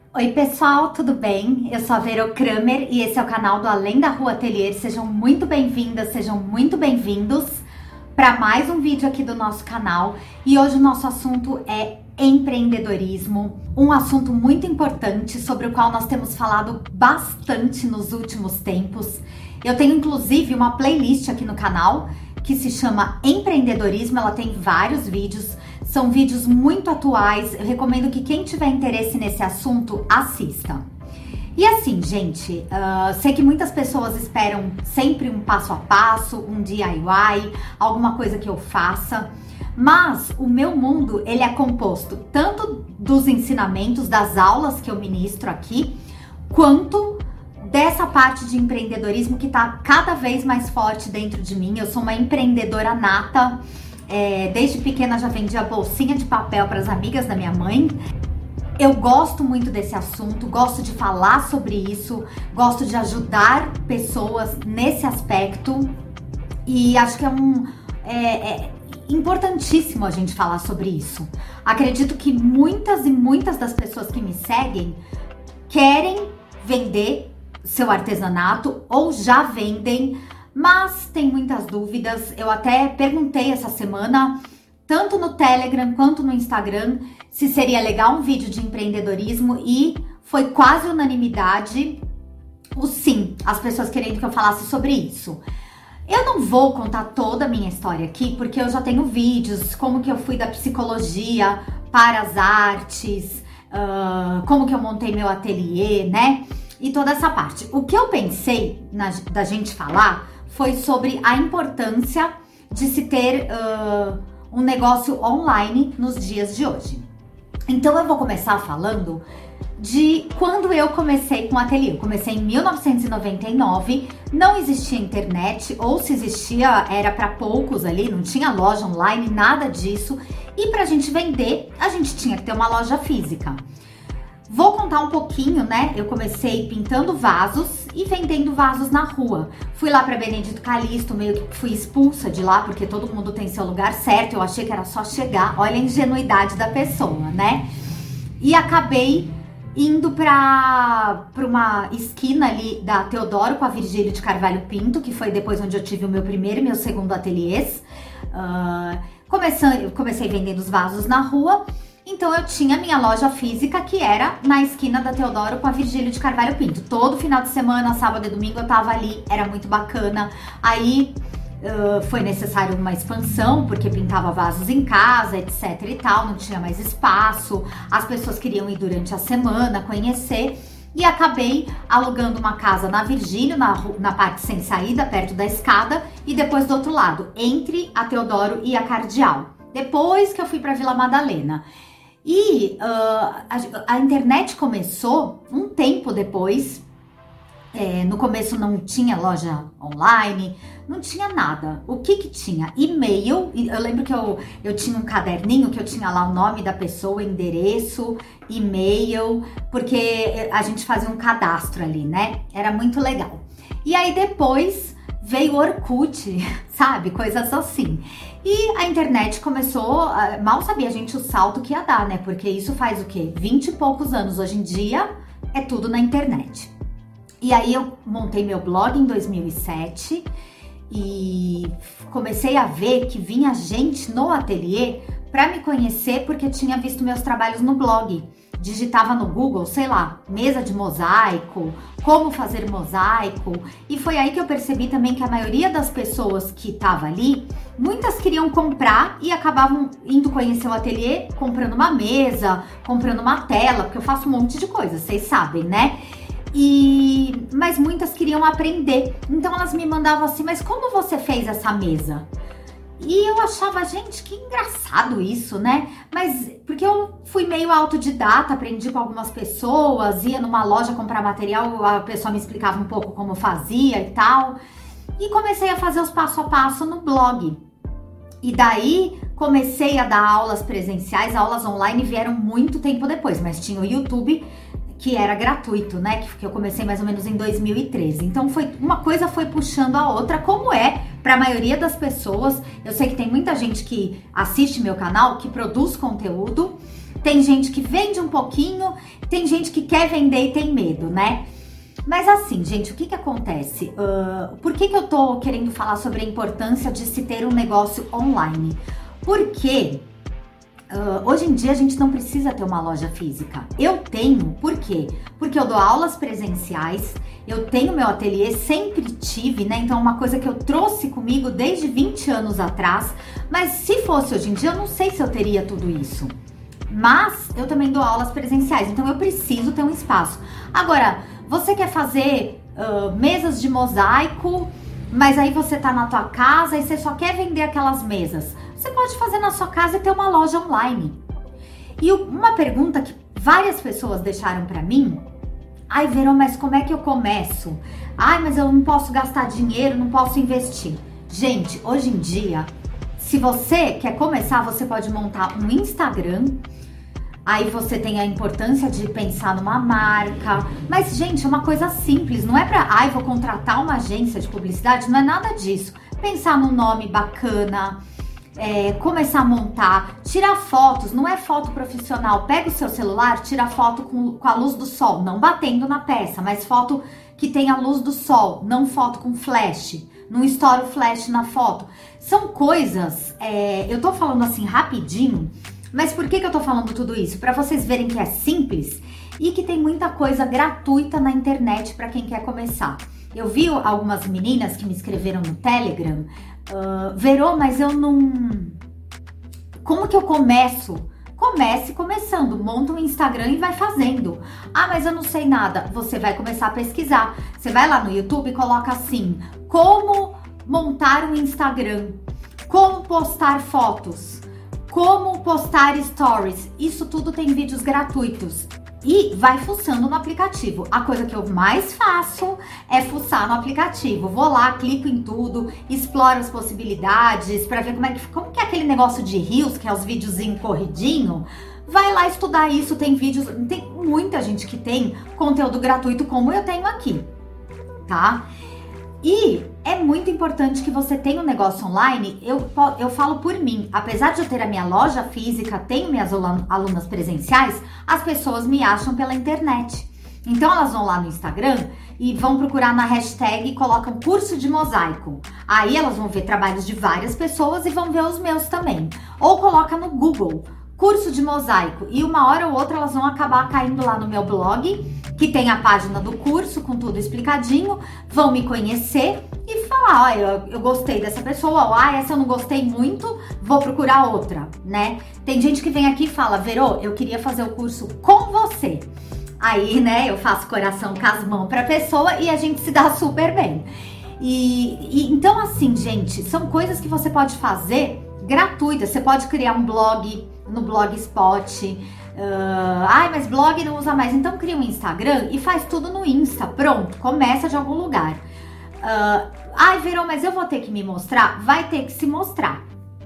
Oi pessoal, tudo bem? Eu sou a Vero Kramer e esse é o canal do Além da Rua Atelier. Sejam muito bem-vindas, sejam muito bem-vindos para mais um vídeo aqui do nosso canal. E hoje o nosso assunto é empreendedorismo, um assunto muito importante sobre o qual nós temos falado bastante nos últimos tempos. Eu tenho inclusive uma playlist aqui no canal que se chama Empreendedorismo, ela tem vários vídeos. São vídeos muito atuais, eu recomendo que quem tiver interesse nesse assunto, assista. E assim, gente, sei que muitas pessoas esperam sempre um passo a passo, um DIY, alguma coisa que eu faça, mas o meu mundo, ele é composto tanto dos ensinamentos, das aulas que eu ministro aqui, quanto dessa parte de empreendedorismo que tá cada vez mais forte dentro de mim. Eu sou uma empreendedora nata. Desde pequena já vendia bolsinha de papel para as amigas da minha mãe. Eu gosto muito desse assunto, gosto de falar sobre isso, gosto de ajudar pessoas nesse aspecto e acho que é importantíssimo a gente falar sobre isso. Acredito que muitas e muitas das pessoas que me seguem querem vender seu artesanato ou já vendem, mas tem muitas dúvidas. Eu até perguntei essa semana, tanto no Telegram quanto no Instagram, se seria legal um vídeo de empreendedorismo e foi quase unanimidade o sim, as pessoas querendo que eu falasse sobre isso. Eu não vou contar toda a minha história aqui, porque eu já tenho vídeos, como que eu fui da psicologia para as artes, como que eu montei meu ateliê, né? E toda essa parte. O que eu pensei da gente falar foi sobre a importância de se ter um negócio online nos dias de hoje. Então eu vou começar falando de quando eu comecei com o ateliê. Eu comecei em 1999, não existia internet, ou se existia era para poucos ali, não tinha loja online, nada disso. E pra gente vender, a gente tinha que ter uma loja física. Vou contar um pouquinho, né? Eu comecei pintando vasos e vendendo vasos na rua. Fui lá para Benedito Calixto, meio que fui expulsa de lá, porque todo mundo tem seu lugar certo. Eu achei que era só chegar. Olha a ingenuidade da pessoa, né? E acabei indo para uma esquina ali da Teodoro com a Virgílio de Carvalho Pinto, que foi depois onde eu tive o meu primeiro e meu segundo ateliês. Comecei vendendo os vasos na rua. Então eu tinha minha loja física, que era na esquina da Teodoro com a Virgílio de Carvalho Pinto. Todo final de semana, sábado e domingo eu tava ali, era muito bacana. Aí foi necessário uma expansão, porque pintava vasos em casa, etc e tal, não tinha mais espaço. As pessoas queriam ir durante a semana, conhecer. E acabei alugando uma casa na Virgílio, na parte sem saída, perto da escada. E depois do outro lado, entre a Teodoro e a Cardeal. Depois que eu fui pra Vila Madalena. E a internet começou um tempo depois. No começo não tinha loja online, não tinha nada. O que tinha? E-mail. Eu lembro que eu tinha um caderninho que eu tinha lá o nome da pessoa, endereço, e-mail, porque a gente fazia um cadastro ali, né? Era muito legal. E aí depois veio o Orkut, sabe? Coisas assim. E a internet começou, mal sabia a gente o salto que ia dar, né? Porque isso faz o quê? 20 e poucos anos. Hoje em dia é tudo na internet. E aí eu montei meu blog em 2007 e comecei a ver que vinha gente no ateliê para me conhecer porque tinha visto meus trabalhos no blog. Digitava no Google, sei lá, mesa de mosaico, como fazer mosaico. E foi aí que eu percebi também que a maioria das pessoas que tava ali, muitas queriam comprar e acabavam indo conhecer o ateliê, comprando uma mesa, comprando uma tela, porque eu faço um monte de coisa, vocês sabem, né? Mas muitas queriam aprender. Então elas me mandavam assim, mas como você fez essa mesa? E eu achava, gente, que engraçado isso, né? Mas porque eu fui meio autodidata, aprendi com algumas pessoas, ia numa loja comprar material, a pessoa me explicava um pouco como fazia e tal. E comecei a fazer os passo a passo no blog. E daí comecei a dar aulas presenciais, aulas online vieram muito tempo depois, mas tinha o YouTube, que era gratuito, né? Que eu comecei mais ou menos em 2013. Então uma coisa foi puxando a outra, como é para a maioria das pessoas. Eu sei que tem muita gente que assiste meu canal, que produz conteúdo, tem gente que vende um pouquinho, tem gente que quer vender e tem medo, né? Mas assim, gente, o que acontece? Por que eu tô querendo falar sobre a importância de se ter um negócio online? Porque hoje em dia a gente não precisa ter uma loja física. Eu tenho, por quê? Porque eu dou aulas presenciais, eu tenho meu ateliê, sempre tive, né? Então é uma coisa que eu trouxe comigo desde 20 anos atrás. Mas se fosse hoje em dia, eu não sei se eu teria tudo isso. Mas eu também dou aulas presenciais, então eu preciso ter um espaço. Agora, você quer fazer mesas de mosaico, mas aí você tá na tua casa e você só quer vender aquelas mesas. Você pode fazer na sua casa e ter uma loja online. E uma pergunta que várias pessoas deixaram pra mim: ai, Verô, mas como é que eu começo? Ai, mas eu não posso gastar dinheiro, não posso investir. Gente, hoje em dia, se você quer começar, você pode montar um Instagram. Aí você tem a importância de pensar numa marca. Mas, gente, é uma coisa simples. Não é pra, ai, vou contratar uma agência de publicidade. Não é nada disso. Pensar num nome bacana, começar a montar, tirar fotos. Não é foto profissional. Pega o seu celular, tira foto com a luz do sol. Não batendo na peça, mas foto que tem a luz do sol. Não foto com flash. Não estoura o flash na foto. São coisas, eu tô falando assim rapidinho, mas por que eu tô falando tudo isso? Para vocês verem que é simples e que tem muita coisa gratuita na internet para quem quer começar. Eu vi algumas meninas que me escreveram no Telegram, Verô, mas eu não... Como que eu começo? Comece começando, monta um Instagram e vai fazendo. Ah, mas eu não sei nada. Você vai começar a pesquisar. Você vai lá no YouTube e coloca assim: como montar um Instagram, como postar fotos, como postar stories. Isso tudo tem vídeos gratuitos. E vai fuçando no aplicativo. A coisa que eu mais faço é fuçar no aplicativo. Vou lá, clico em tudo, exploro as possibilidades para ver como que é aquele negócio de Reels, que é os videozinhos corridinho. Vai lá estudar isso, tem vídeos, tem muita gente que tem conteúdo gratuito como eu tenho aqui, tá? E é muito importante que você tenha um negócio online. Eu falo por mim, apesar de eu ter a minha loja física, tenho minhas alunas presenciais, as pessoas me acham pela internet. Então elas vão lá no Instagram e vão procurar na hashtag e colocam curso de mosaico. Aí elas vão ver trabalhos de várias pessoas e vão ver os meus também. Ou coloca no Google, curso de mosaico, e uma hora ou outra elas vão acabar caindo lá no meu blog, que tem a página do curso com tudo explicadinho, vão me conhecer e falar: olha, eu gostei dessa pessoa, ou essa eu não gostei muito, vou procurar outra, né? Tem gente que vem aqui e fala: Verô, eu queria fazer o curso com você. Aí, né, eu faço coração com as mãos pra pessoa e a gente se dá super bem. Então, assim, gente, são coisas que você pode fazer gratuitas. Você pode criar um blog no Blogspot. Mas blog não usa mais. Então cria um Instagram e faz tudo no Insta. Pronto, começa de algum lugar. Verô, mas eu vou ter que me mostrar? Vai ter que se mostrar.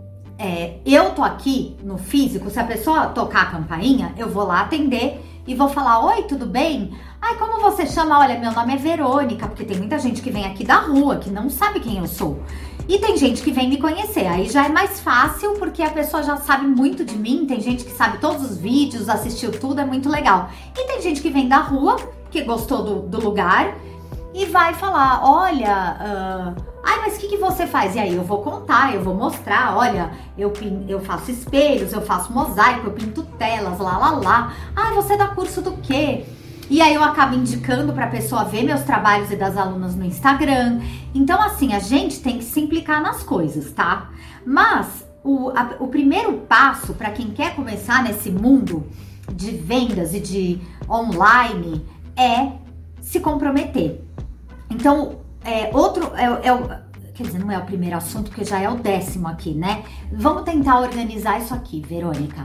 Eu tô aqui no físico. Se a pessoa tocar a campainha, eu vou lá atender e vou falar: oi, tudo bem? Ai, como você chama? Olha, meu nome é Verônica. Porque tem muita gente que vem aqui da rua, que não sabe quem eu sou. E tem gente que vem me conhecer, aí já é mais fácil, porque a pessoa já sabe muito de mim. Tem gente que sabe todos os vídeos, assistiu tudo, é muito legal. E tem gente que vem da rua, que gostou do lugar, e vai falar: olha, mas o que você faz? E aí eu vou contar, eu vou mostrar: olha, eu faço espelhos, eu faço mosaico, eu pinto telas, lá. Você dá curso do quê? E aí eu acabo indicando para a pessoa ver meus trabalhos e das alunas no Instagram. Então, assim, a gente tem que se implicar nas coisas, tá? Mas o primeiro passo para quem quer começar nesse mundo de vendas e de online é se comprometer. Então, quer dizer, não é o primeiro assunto, porque já é o 10º aqui, né? Vamos tentar organizar isso aqui, Verônica.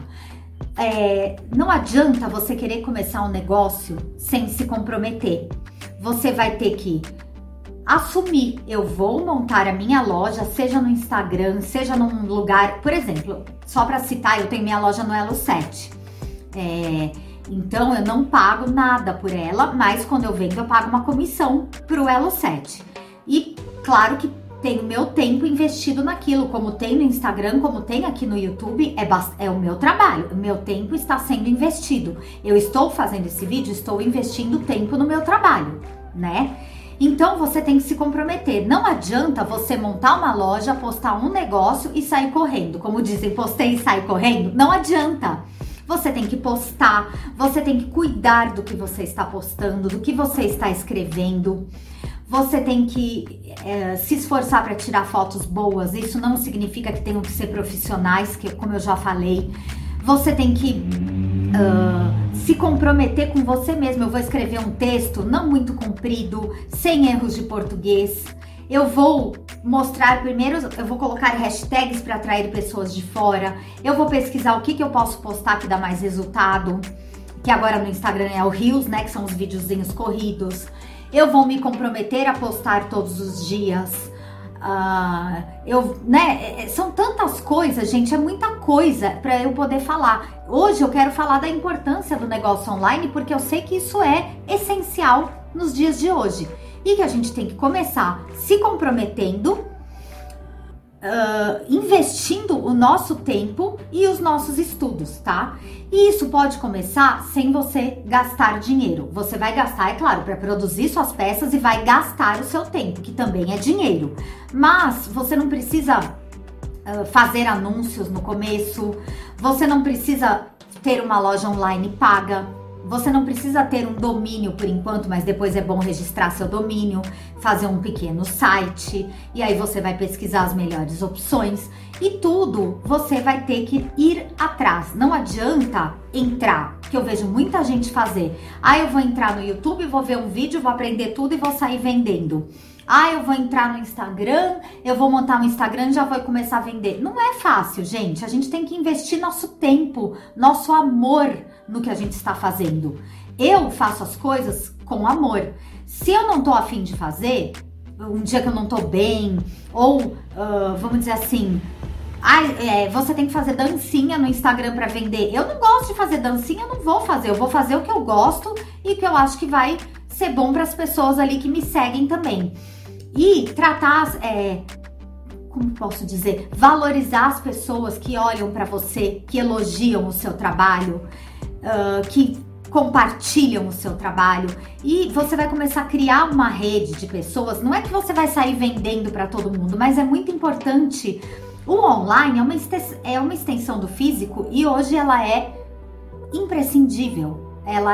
Não adianta você querer começar um negócio sem se comprometer. Você vai ter que assumir: eu vou montar a minha loja, seja no Instagram, seja num lugar. Por exemplo, só para citar, eu tenho minha loja no Elo 7. Então eu não pago nada por ela, mas quando eu vendo eu pago uma comissão pro Elo 7. E claro que tenho meu tempo investido naquilo, como tem no Instagram, como tem aqui no YouTube, é o meu trabalho, o meu tempo está sendo investido. Eu estou fazendo esse vídeo, estou investindo tempo no meu trabalho, né? Então você tem que se comprometer. Não adianta você montar uma loja, postar um negócio e sair correndo. Como dizem, postei e sair correndo. Não adianta. Você tem que postar, você tem que cuidar do que você está postando, do que você está escrevendo. Você tem que se esforçar para tirar fotos boas. Isso não significa que tenham que ser profissionais, que, como eu já falei. Você tem que se comprometer com você mesmo. Eu vou escrever um texto não muito comprido, sem erros de português. Eu vou mostrar primeiro, eu vou colocar hashtags para atrair pessoas de fora. Eu vou pesquisar o que eu posso postar que dá mais resultado, que agora no Instagram é o Reels, né, que são os videozinhos corridos. Eu vou me comprometer a postar todos os dias. São tantas coisas, gente, é muita coisa para eu poder falar. Hoje eu quero falar da importância do negócio online, porque eu sei que isso é essencial nos dias de hoje. E que a gente tem que começar se comprometendo, investindo o nosso tempo e os nossos estudos, tá? E isso pode começar sem você gastar dinheiro. Você vai gastar, é claro, para produzir suas peças e vai gastar o seu tempo, que também é dinheiro. Mas você não precisa fazer anúncios no começo, você não precisa ter uma loja online paga. Você não precisa ter um domínio por enquanto, mas depois é bom registrar seu domínio, fazer um pequeno site, e aí você vai pesquisar as melhores opções, e tudo você vai ter que ir atrás. Não adianta entrar, que eu vejo muita gente fazer. Eu vou entrar no YouTube, vou ver um vídeo, vou aprender tudo e vou sair vendendo. Eu vou entrar no Instagram, eu vou montar um Instagram e já vou começar a vender. Não é fácil, gente. A gente tem que investir nosso tempo, nosso amor no que a gente está fazendo. Eu faço as coisas com amor. Se eu não tô a fim de fazer, um dia que eu não tô bem, ou vamos dizer assim, você tem que fazer dancinha no Instagram para vender. Eu não gosto de fazer dancinha, eu não vou fazer. Eu vou fazer o que eu gosto e que eu acho que vai ser bom para as pessoas ali que me seguem também. E tratar, como posso dizer, valorizar as pessoas que olham para você, que elogiam o seu trabalho, que compartilham o seu trabalho, e você vai começar a criar uma rede de pessoas. Não é que você vai sair vendendo para todo mundo, mas é muito importante. O online é uma extensão do físico e hoje ela é imprescindível.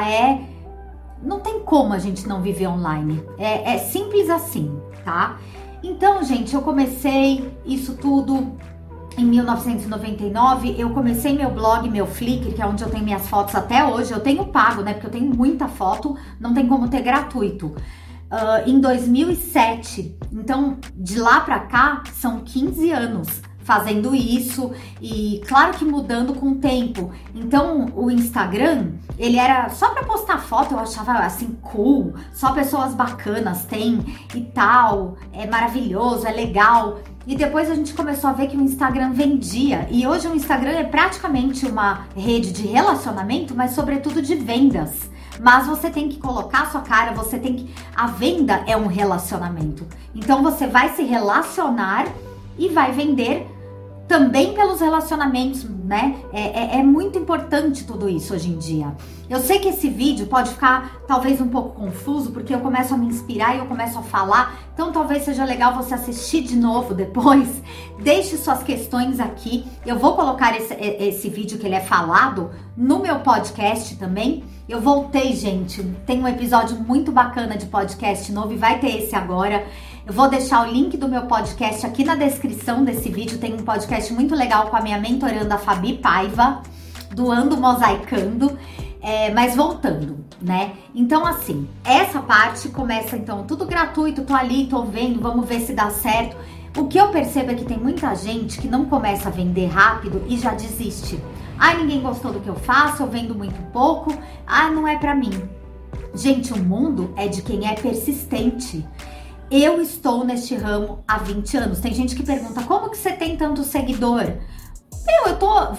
Não tem como a gente não viver online. É simples assim, tá? Então, gente, eu comecei isso tudo em 1999. Eu comecei meu blog, meu Flickr, que é onde eu tenho minhas fotos até hoje. Eu tenho pago, né? Porque eu tenho muita foto, não tem como ter gratuito. Em 2007. Então, de lá pra cá, são 15 anos fazendo isso, e claro que mudando com o tempo. Então o Instagram, ele era só pra postar foto, eu achava assim cool, só pessoas bacanas tem e tal, é maravilhoso, é legal. E depois a gente começou a ver que o Instagram vendia, e hoje o Instagram é praticamente uma rede de relacionamento, mas sobretudo de vendas. Mas você tem que colocar a sua cara, a venda é um relacionamento. Então você vai se relacionar e vai vender também pelos relacionamentos, né? É muito importante tudo isso hoje em dia. Eu sei que esse vídeo pode ficar talvez um pouco confuso, porque eu começo a me inspirar e eu começo a falar, então talvez seja legal você assistir de novo depois. Deixe suas questões aqui. Eu vou colocar esse vídeo que ele é falado no meu podcast também. Eu voltei, gente, tem um episódio muito bacana de podcast novo e vai ter esse agora. Eu vou deixar o link do meu podcast aqui na descrição desse vídeo. Tem um podcast muito legal com a minha mentoranda, a Fabi Paiva, do Ando Mosaicando. Mas voltando, né? Então, assim, essa parte começa, então, tudo gratuito. Tô ali, tô vendo, vamos ver se dá certo. O que eu percebo é que tem muita gente que não começa a vender rápido e já desiste. Ninguém gostou do que eu faço, eu vendo muito pouco. Não é pra mim. Gente, o mundo é de quem é persistente. Eu estou neste ramo há 20 anos. Tem gente que pergunta, como que você tem tanto seguidor? Eu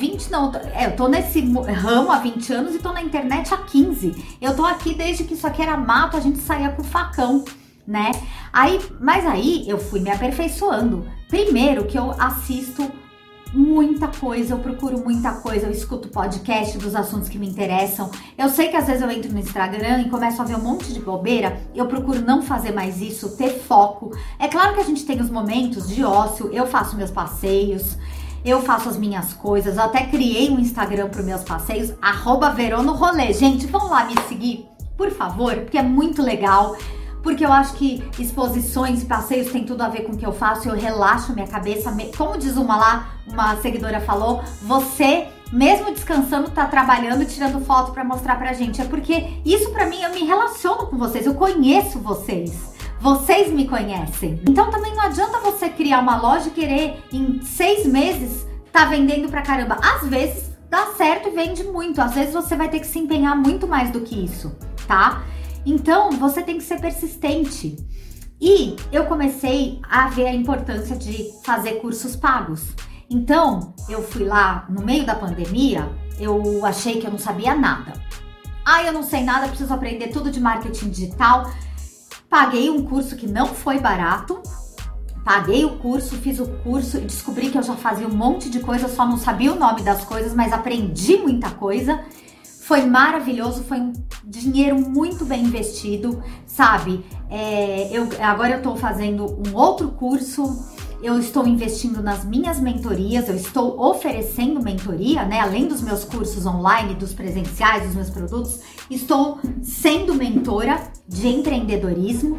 tô nesse ramo há 20 anos e tô na internet há 15. Eu tô aqui desde que isso aqui era mato, a gente saía com facão. né? Mas aí eu fui me aperfeiçoando. Primeiro que eu assisto muita coisa, eu procuro muita coisa, eu escuto podcast dos assuntos que me interessam. Eu sei que às vezes eu entro no Instagram e começo a ver um monte de bobeira, eu procuro não fazer mais isso, ter foco. É claro que a gente tem os momentos de ócio, eu faço meus passeios, eu faço as minhas coisas, eu até criei um Instagram para os meus passeios, @veronoroler. Gente, vão lá me seguir, por favor, porque é muito legal. Porque eu acho que exposições, passeios tem tudo a ver com o que eu faço, eu relaxo minha cabeça. Como diz uma seguidora falou, você, mesmo descansando, tá trabalhando, tirando foto pra mostrar pra gente. É porque isso pra mim, eu me relaciono com vocês, eu conheço vocês. Vocês me conhecem. Então também não adianta você criar uma loja e querer em 6 meses tá vendendo pra caramba. Às vezes dá certo e vende muito, às vezes você vai ter que se empenhar muito mais do que isso, tá? Então, você tem que ser persistente. E eu comecei a ver a importância de fazer cursos pagos. Então, eu fui lá no meio da pandemia, eu achei que eu não sabia nada. Eu não sei nada, preciso aprender tudo de marketing digital. Paguei um curso que não foi barato. Paguei o curso, fiz o curso e descobri que eu já fazia um monte de coisa, só não sabia o nome das coisas, mas aprendi muita coisa. Foi maravilhoso, foi um dinheiro muito bem investido, sabe? Agora eu tô fazendo um outro curso, eu estou investindo nas minhas mentorias, eu estou oferecendo mentoria, né? Além dos meus cursos online, dos presenciais, dos meus produtos, estou sendo mentora de empreendedorismo.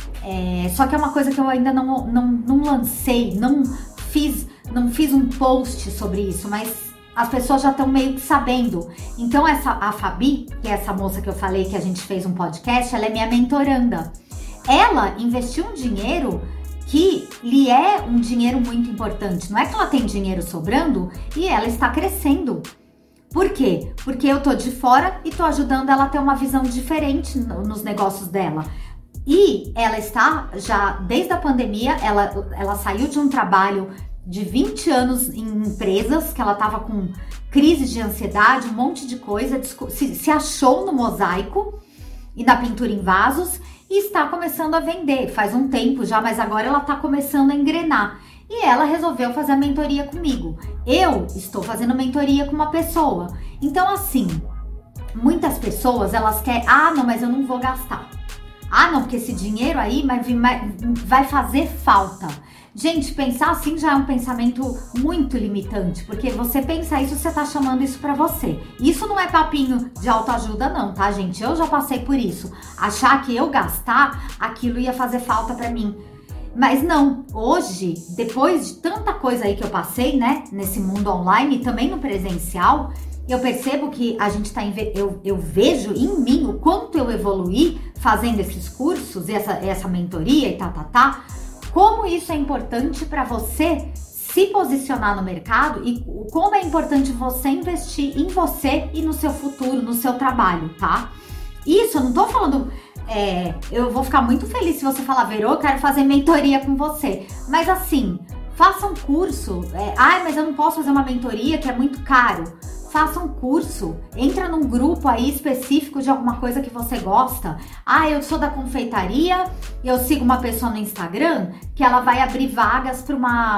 Só que é uma coisa que eu ainda não lancei, não fiz um post sobre isso, mas as pessoas já estão meio que sabendo. Então a Fabi, que é essa moça que eu falei que a gente fez um podcast, ela é minha mentoranda. Ela investiu um dinheiro que lhe é um dinheiro muito importante. Não é que ela tem dinheiro sobrando e ela está crescendo. Por quê? Porque eu tô de fora e tô ajudando ela a ter uma visão diferente nos negócios dela. E ela está já, desde a pandemia, ela saiu de um trabalho de 20 anos em empresas, que ela tava com crise de ansiedade, um monte de coisa, se achou no mosaico e na pintura em vasos e está começando a vender. Faz um tempo já, mas agora ela tá começando a engrenar. E ela resolveu fazer a mentoria comigo. Eu estou fazendo mentoria com uma pessoa. Então, assim, muitas pessoas, elas querem, não, mas eu não vou gastar. Não, porque esse dinheiro aí vai fazer falta. Gente, pensar assim já é um pensamento muito limitante, porque você pensa isso, você tá chamando isso pra você. Isso não é papinho de autoajuda não, tá, gente? Eu já passei por isso. Achar que eu gastar, aquilo ia fazer falta pra mim. Mas não, hoje, depois de tanta coisa aí que eu passei, né, nesse mundo online e também no presencial, eu percebo que a gente eu vejo em mim o quanto eu evoluí fazendo esses cursos, essa mentoria e como isso é importante para você se posicionar no mercado e como é importante você investir em você e no seu futuro, no seu trabalho, tá? Isso, eu não tô falando... eu vou ficar muito feliz se você falar, Verô, eu quero fazer mentoria com você. Mas assim, faça um curso. Mas eu não posso fazer uma mentoria que é muito caro. Faça um curso, entra num grupo aí específico de alguma coisa que você gosta. Eu sou da confeitaria, eu sigo uma pessoa no Instagram que ela vai abrir vagas para uma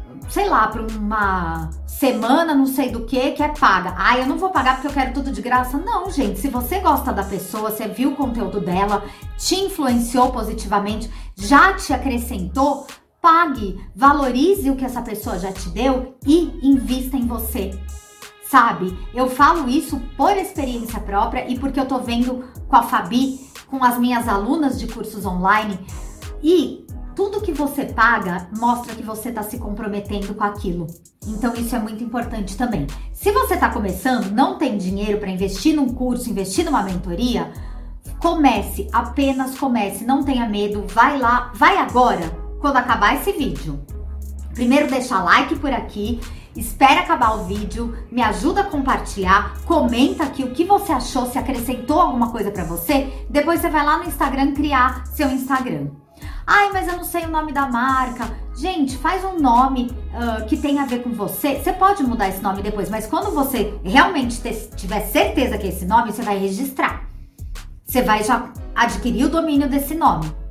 semana, não sei do que é paga. Eu não vou pagar porque eu quero tudo de graça. Não, gente, se você gosta da pessoa, você viu o conteúdo dela, te influenciou positivamente, já te acrescentou, pague, valorize o que essa pessoa já te deu e invista em você. Sabe, eu falo isso por experiência própria e porque eu tô vendo com a Fabi, com as minhas alunas de cursos online, e tudo que você paga mostra que você tá se comprometendo com aquilo. Então isso é muito importante também. Se você tá começando, não tem dinheiro para investir num curso, investir numa mentoria, comece, apenas comece, não tenha medo, vai lá, vai agora, quando acabar esse vídeo. Primeiro deixa like por aqui, espera acabar o vídeo, me ajuda a compartilhar, comenta aqui o que você achou, se acrescentou alguma coisa pra você, depois você vai lá no Instagram criar seu Instagram. Mas eu não sei o nome da marca. Gente, faz um nome que tenha a ver com você. Você pode mudar esse nome depois, mas quando você realmente tiver certeza que é esse nome, você vai registrar. Você vai já adquirir o domínio desse nome,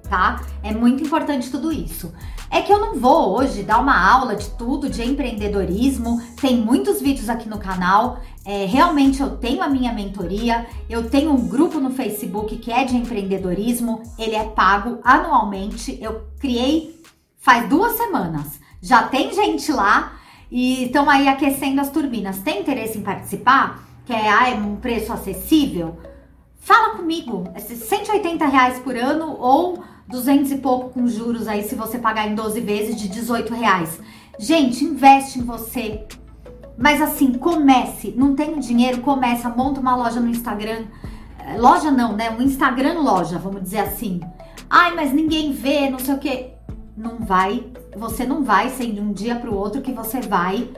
tá? É muito importante tudo isso. É que eu não vou hoje dar uma aula de tudo, de empreendedorismo, tem muitos vídeos aqui no canal, realmente eu tenho a minha mentoria, eu tenho um grupo no Facebook que é de empreendedorismo, ele é pago anualmente, eu criei faz 2 semanas, já tem gente lá e estão aí aquecendo as turbinas. Tem interesse em participar? É um preço acessível? Fala comigo, é R$180 por ano ou 200 e pouco com juros aí se você pagar em 12 vezes de R$18. Gente, investe em você. Mas assim, comece, não tem dinheiro, começa, monta uma loja no Instagram. Loja não, né? Um Instagram loja, vamos dizer assim. Ai, mas ninguém vê, não sei o quê. Não vai, você não vai ser de um dia para o outro que você vai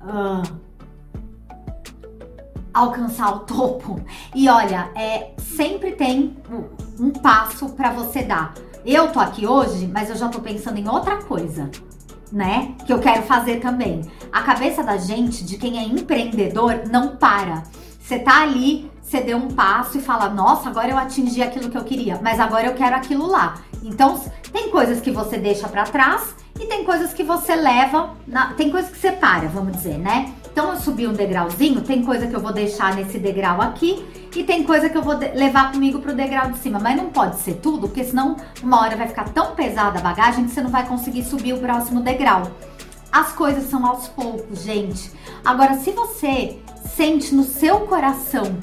alcançar o topo. E olha, sempre tem um passo para você dar. Eu tô aqui hoje, mas eu já tô pensando em outra coisa, né? Que eu quero fazer também. A cabeça da gente, de quem é empreendedor, não para. Você tá ali, você deu um passo e fala, nossa, agora eu atingi aquilo que eu queria, mas agora eu quero aquilo lá. Então, tem coisas que você deixa pra trás e tem coisas que você leva, tem coisas que você para, vamos dizer, né? Então, eu subi um degrauzinho, tem coisa que eu vou deixar nesse degrau aqui e tem coisa que eu vou levar comigo pro degrau de cima. Mas não pode ser tudo, porque senão uma hora vai ficar tão pesada a bagagem que você não vai conseguir subir o próximo degrau. As coisas são aos poucos, gente. Agora, se você sente no seu coração,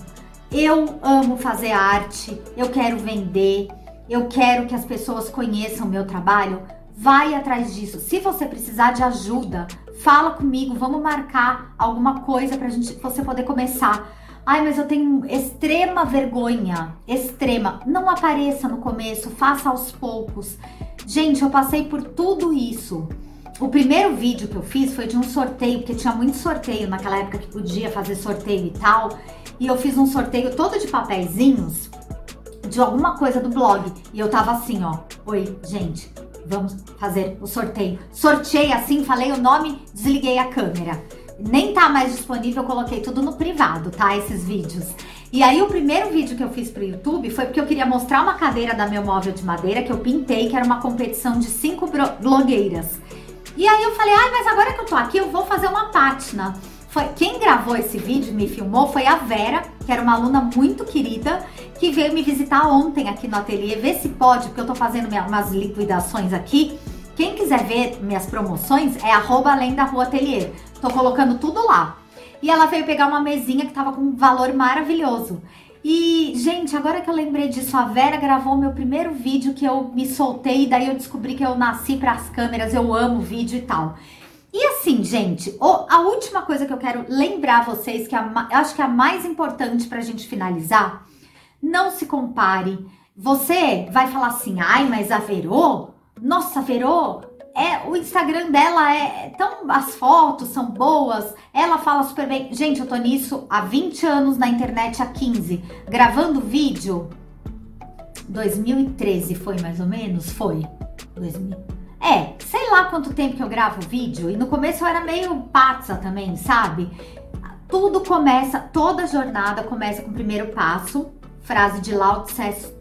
eu amo fazer arte, eu quero vender, eu quero que as pessoas conheçam o meu trabalho, vai atrás disso. Se você precisar de ajuda, fala comigo, vamos marcar alguma coisa pra você poder começar. Ai, mas eu tenho extrema vergonha, extrema. Não apareça no começo, faça aos poucos. Gente, eu passei por tudo isso. O primeiro vídeo que eu fiz foi de um sorteio, porque tinha muito sorteio naquela época que podia fazer sorteio e tal. E eu fiz um sorteio todo de papeizinhos de alguma coisa do blog. E eu tava assim, ó. Oi, gente, vamos fazer o sorteio. Sorteei assim, falei o nome, desliguei a câmera. Nem tá mais disponível, eu coloquei tudo no privado, tá? Esses vídeos. E aí o primeiro vídeo que eu fiz pro YouTube foi porque eu queria mostrar uma cadeira da Meu Móvel de Madeira que eu pintei, que era uma competição de 5 blogueiras. E aí eu falei, ai, mas agora que eu tô aqui, eu vou fazer uma pátina. Quem gravou esse vídeo e me filmou foi a Vera, que era uma aluna muito querida, que veio me visitar ontem aqui no ateliê, ver se pode, porque eu tô fazendo umas liquidações aqui. Quem quiser ver minhas promoções é @além-da-rua-ateliê. Tô colocando tudo lá. E ela veio pegar uma mesinha que tava com um valor maravilhoso. E, gente, agora que eu lembrei disso, a Vera gravou meu primeiro vídeo que eu me soltei e daí eu descobri que eu nasci pras câmeras, eu amo vídeo e tal. E assim, gente, a última coisa que eu quero lembrar vocês, que eu acho que é a mais importante pra gente finalizar, não se compare. Você vai falar assim, ai, mas a Verô, nossa, a Verô, o Instagram dela as fotos são boas, ela fala super bem. Gente, eu tô nisso há 20 anos, na internet há 15, gravando vídeo. 2013 foi mais ou menos? Foi. 2000. Sei lá quanto tempo que eu gravo vídeo. E no começo eu era meio patsa também, sabe? Tudo começa, toda jornada começa com o primeiro passo. Frase de Lao Tse,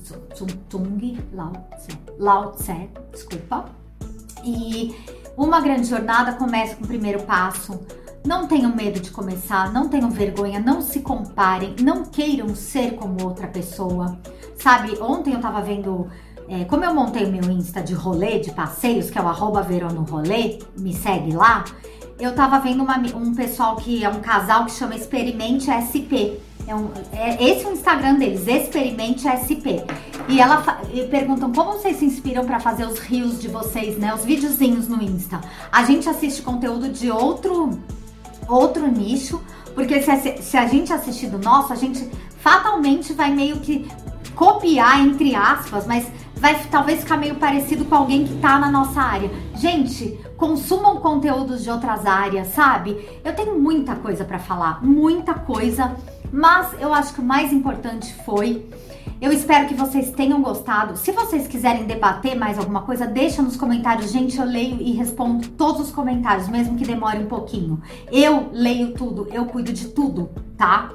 Lao Tse, desculpa. E uma grande jornada começa com o primeiro passo. Não tenham medo de começar, não tenham vergonha, não se comparem, não queiram ser como outra pessoa. Sabe, ontem eu tava vendo, como eu montei o meu Insta de rolê, de passeios, que é o @veronoroLê, me segue lá. Eu tava vendo um pessoal que é um casal que chama Experimente SP. Esse é o Instagram deles, Experimente SP. E perguntam como vocês se inspiram para fazer os reels de vocês, né? Os videozinhos no Insta. A gente assiste conteúdo de outro nicho, porque se a gente assistir do nosso, a gente fatalmente vai meio que copiar, entre aspas, mas vai talvez ficar meio parecido com alguém que tá na nossa área. Gente, consumam conteúdos de outras áreas, sabe? Eu tenho muita coisa para falar, muita coisa, mas eu acho que o mais importante foi... Eu espero que vocês tenham gostado. Se vocês quiserem debater mais alguma coisa, deixa nos comentários. Gente, eu leio e respondo todos os comentários, mesmo que demore um pouquinho. Eu leio tudo, eu cuido de tudo, tá?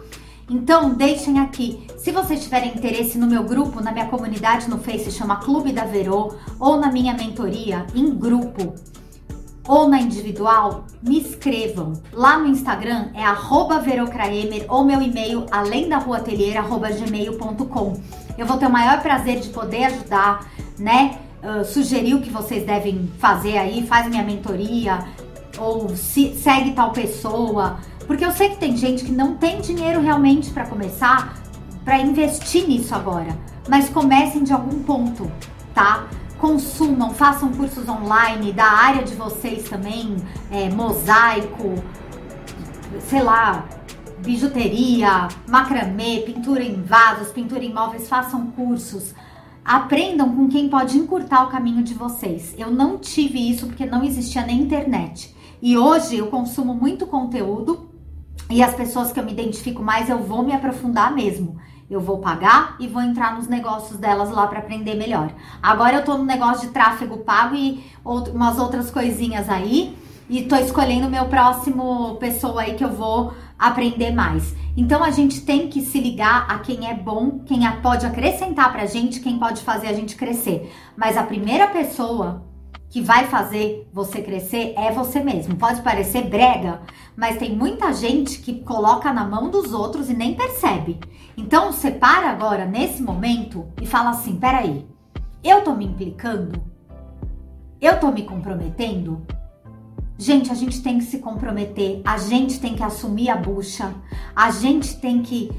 Então, deixem aqui. Se vocês tiverem interesse no meu grupo, na minha comunidade no Face, chama Clube da Verô, ou na minha mentoria em grupo, ou na individual, me escrevam. Lá no Instagram é @verocraemer ou meu e-mail alendaruatelier@gmail.com. Eu vou ter o maior prazer de poder ajudar, né? Sugerir o que vocês devem fazer aí, faz minha mentoria, ou segue tal pessoa. Porque eu sei que tem gente que não tem dinheiro realmente para começar, para investir nisso agora. Mas comecem de algum ponto, tá? Consumam, façam cursos online da área de vocês também, mosaico, sei lá, bijuteria, macramê, pintura em vasos, pintura em móveis, façam cursos. Aprendam com quem pode encurtar o caminho de vocês. Eu não tive isso porque não existia nem internet. E hoje eu consumo muito conteúdo e as pessoas que eu me identifico mais, eu vou me aprofundar mesmo. Eu vou pagar e vou entrar nos negócios delas lá para aprender melhor. Agora eu tô no negócio de tráfego pago e umas outras coisinhas aí. E tô escolhendo o meu próximo pessoa aí que eu vou aprender mais. Então a gente tem que se ligar a quem é bom, quem pode acrescentar pra gente, quem pode fazer a gente crescer. Mas a primeira pessoa que vai fazer você crescer é você mesmo. Pode parecer brega, mas tem muita gente que coloca na mão dos outros e nem percebe. Então separa agora, nesse momento, e fala assim, peraí, eu tô me implicando? Eu tô me comprometendo? Gente, a gente tem que se comprometer, a gente tem que assumir a bucha, a gente tem que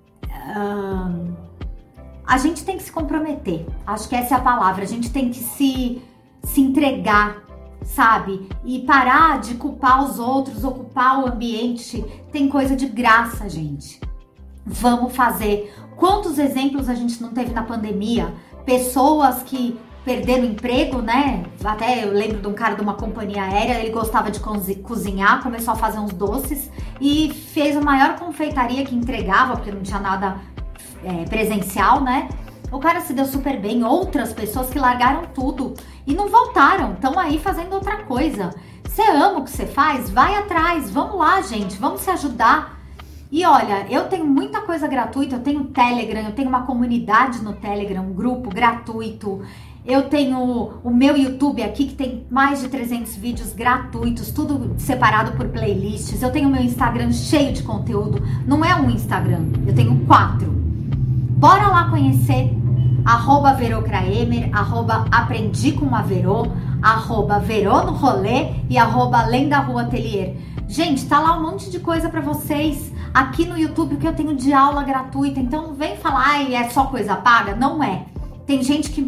se comprometer. Acho que essa é a palavra. A gente tem que se entregar, sabe? E parar de culpar os outros, ocupar o ambiente. Tem coisa de graça, gente. Vamos fazer. Quantos exemplos a gente não teve na pandemia? Pessoas que perderam emprego, né? Até eu lembro de um cara de uma companhia aérea, ele gostava de cozinhar, começou a fazer uns doces e fez a maior confeitaria que entregava, porque não tinha nada presencial, né? O cara se deu super bem. Outras pessoas que largaram tudo e não voltaram, estão aí fazendo outra coisa. Você ama o que você faz? Vai atrás, vamos lá, gente, vamos se ajudar. E olha, eu tenho muita coisa gratuita, eu tenho Telegram, eu tenho uma comunidade no Telegram, um grupo gratuito. Eu tenho o meu YouTube aqui, que tem mais de 300 vídeos gratuitos, tudo separado por playlists. Eu tenho meu Instagram cheio de conteúdo. Não é um Instagram, eu tenho 4. Bora lá conhecer. @verocraemer, @aprendicomavero, @verô no rolê e @alendaruatelier. Gente, tá lá um monte de coisa pra vocês aqui no YouTube que eu tenho de aula gratuita. Então não vem falar, ai, é só coisa paga. Não é. Tem gente que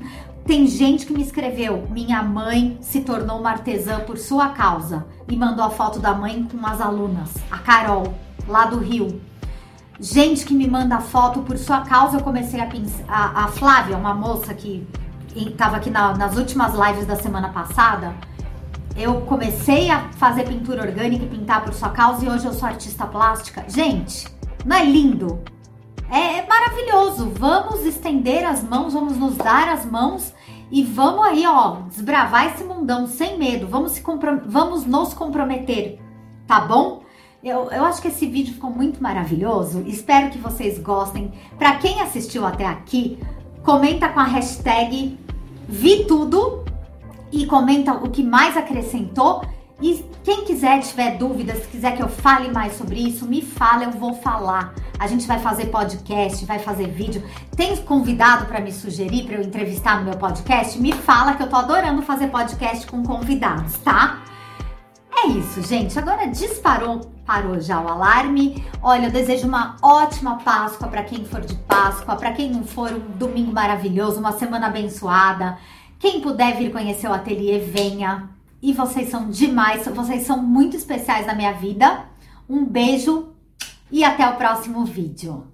me escreveu, minha mãe se tornou uma artesã por sua causa e mandou a foto da mãe com as alunas, a Carol, lá do Rio. Gente que me manda foto por sua causa, eu comecei a Flávia, uma moça que estava aqui nas últimas lives da semana passada, eu comecei a fazer pintura orgânica e pintar por sua causa e hoje eu sou artista plástica. Gente, não é lindo? É maravilhoso. Vamos estender as mãos, vamos nos dar as mãos e vamos aí, ó, desbravar esse mundão sem medo. Vamos nos comprometer, tá bom? Eu acho que esse vídeo ficou muito maravilhoso. Espero que vocês gostem. Pra quem assistiu até aqui, comenta com a hashtag #ViTudo e comenta o que mais acrescentou. E quem quiser, tiver dúvidas, se quiser que eu fale mais sobre isso, me fala, eu vou falar. A gente vai fazer podcast, vai fazer vídeo. Tem convidado para me sugerir, para eu entrevistar no meu podcast? Me fala que eu tô adorando fazer podcast com convidados, tá? É isso, gente. Agora parou já o alarme. Olha, eu desejo uma ótima Páscoa para quem for de Páscoa, para quem não for, um domingo maravilhoso, uma semana abençoada. Quem puder vir conhecer o ateliê, venha. E vocês são demais, vocês são muito especiais na minha vida. Um beijo e até o próximo vídeo.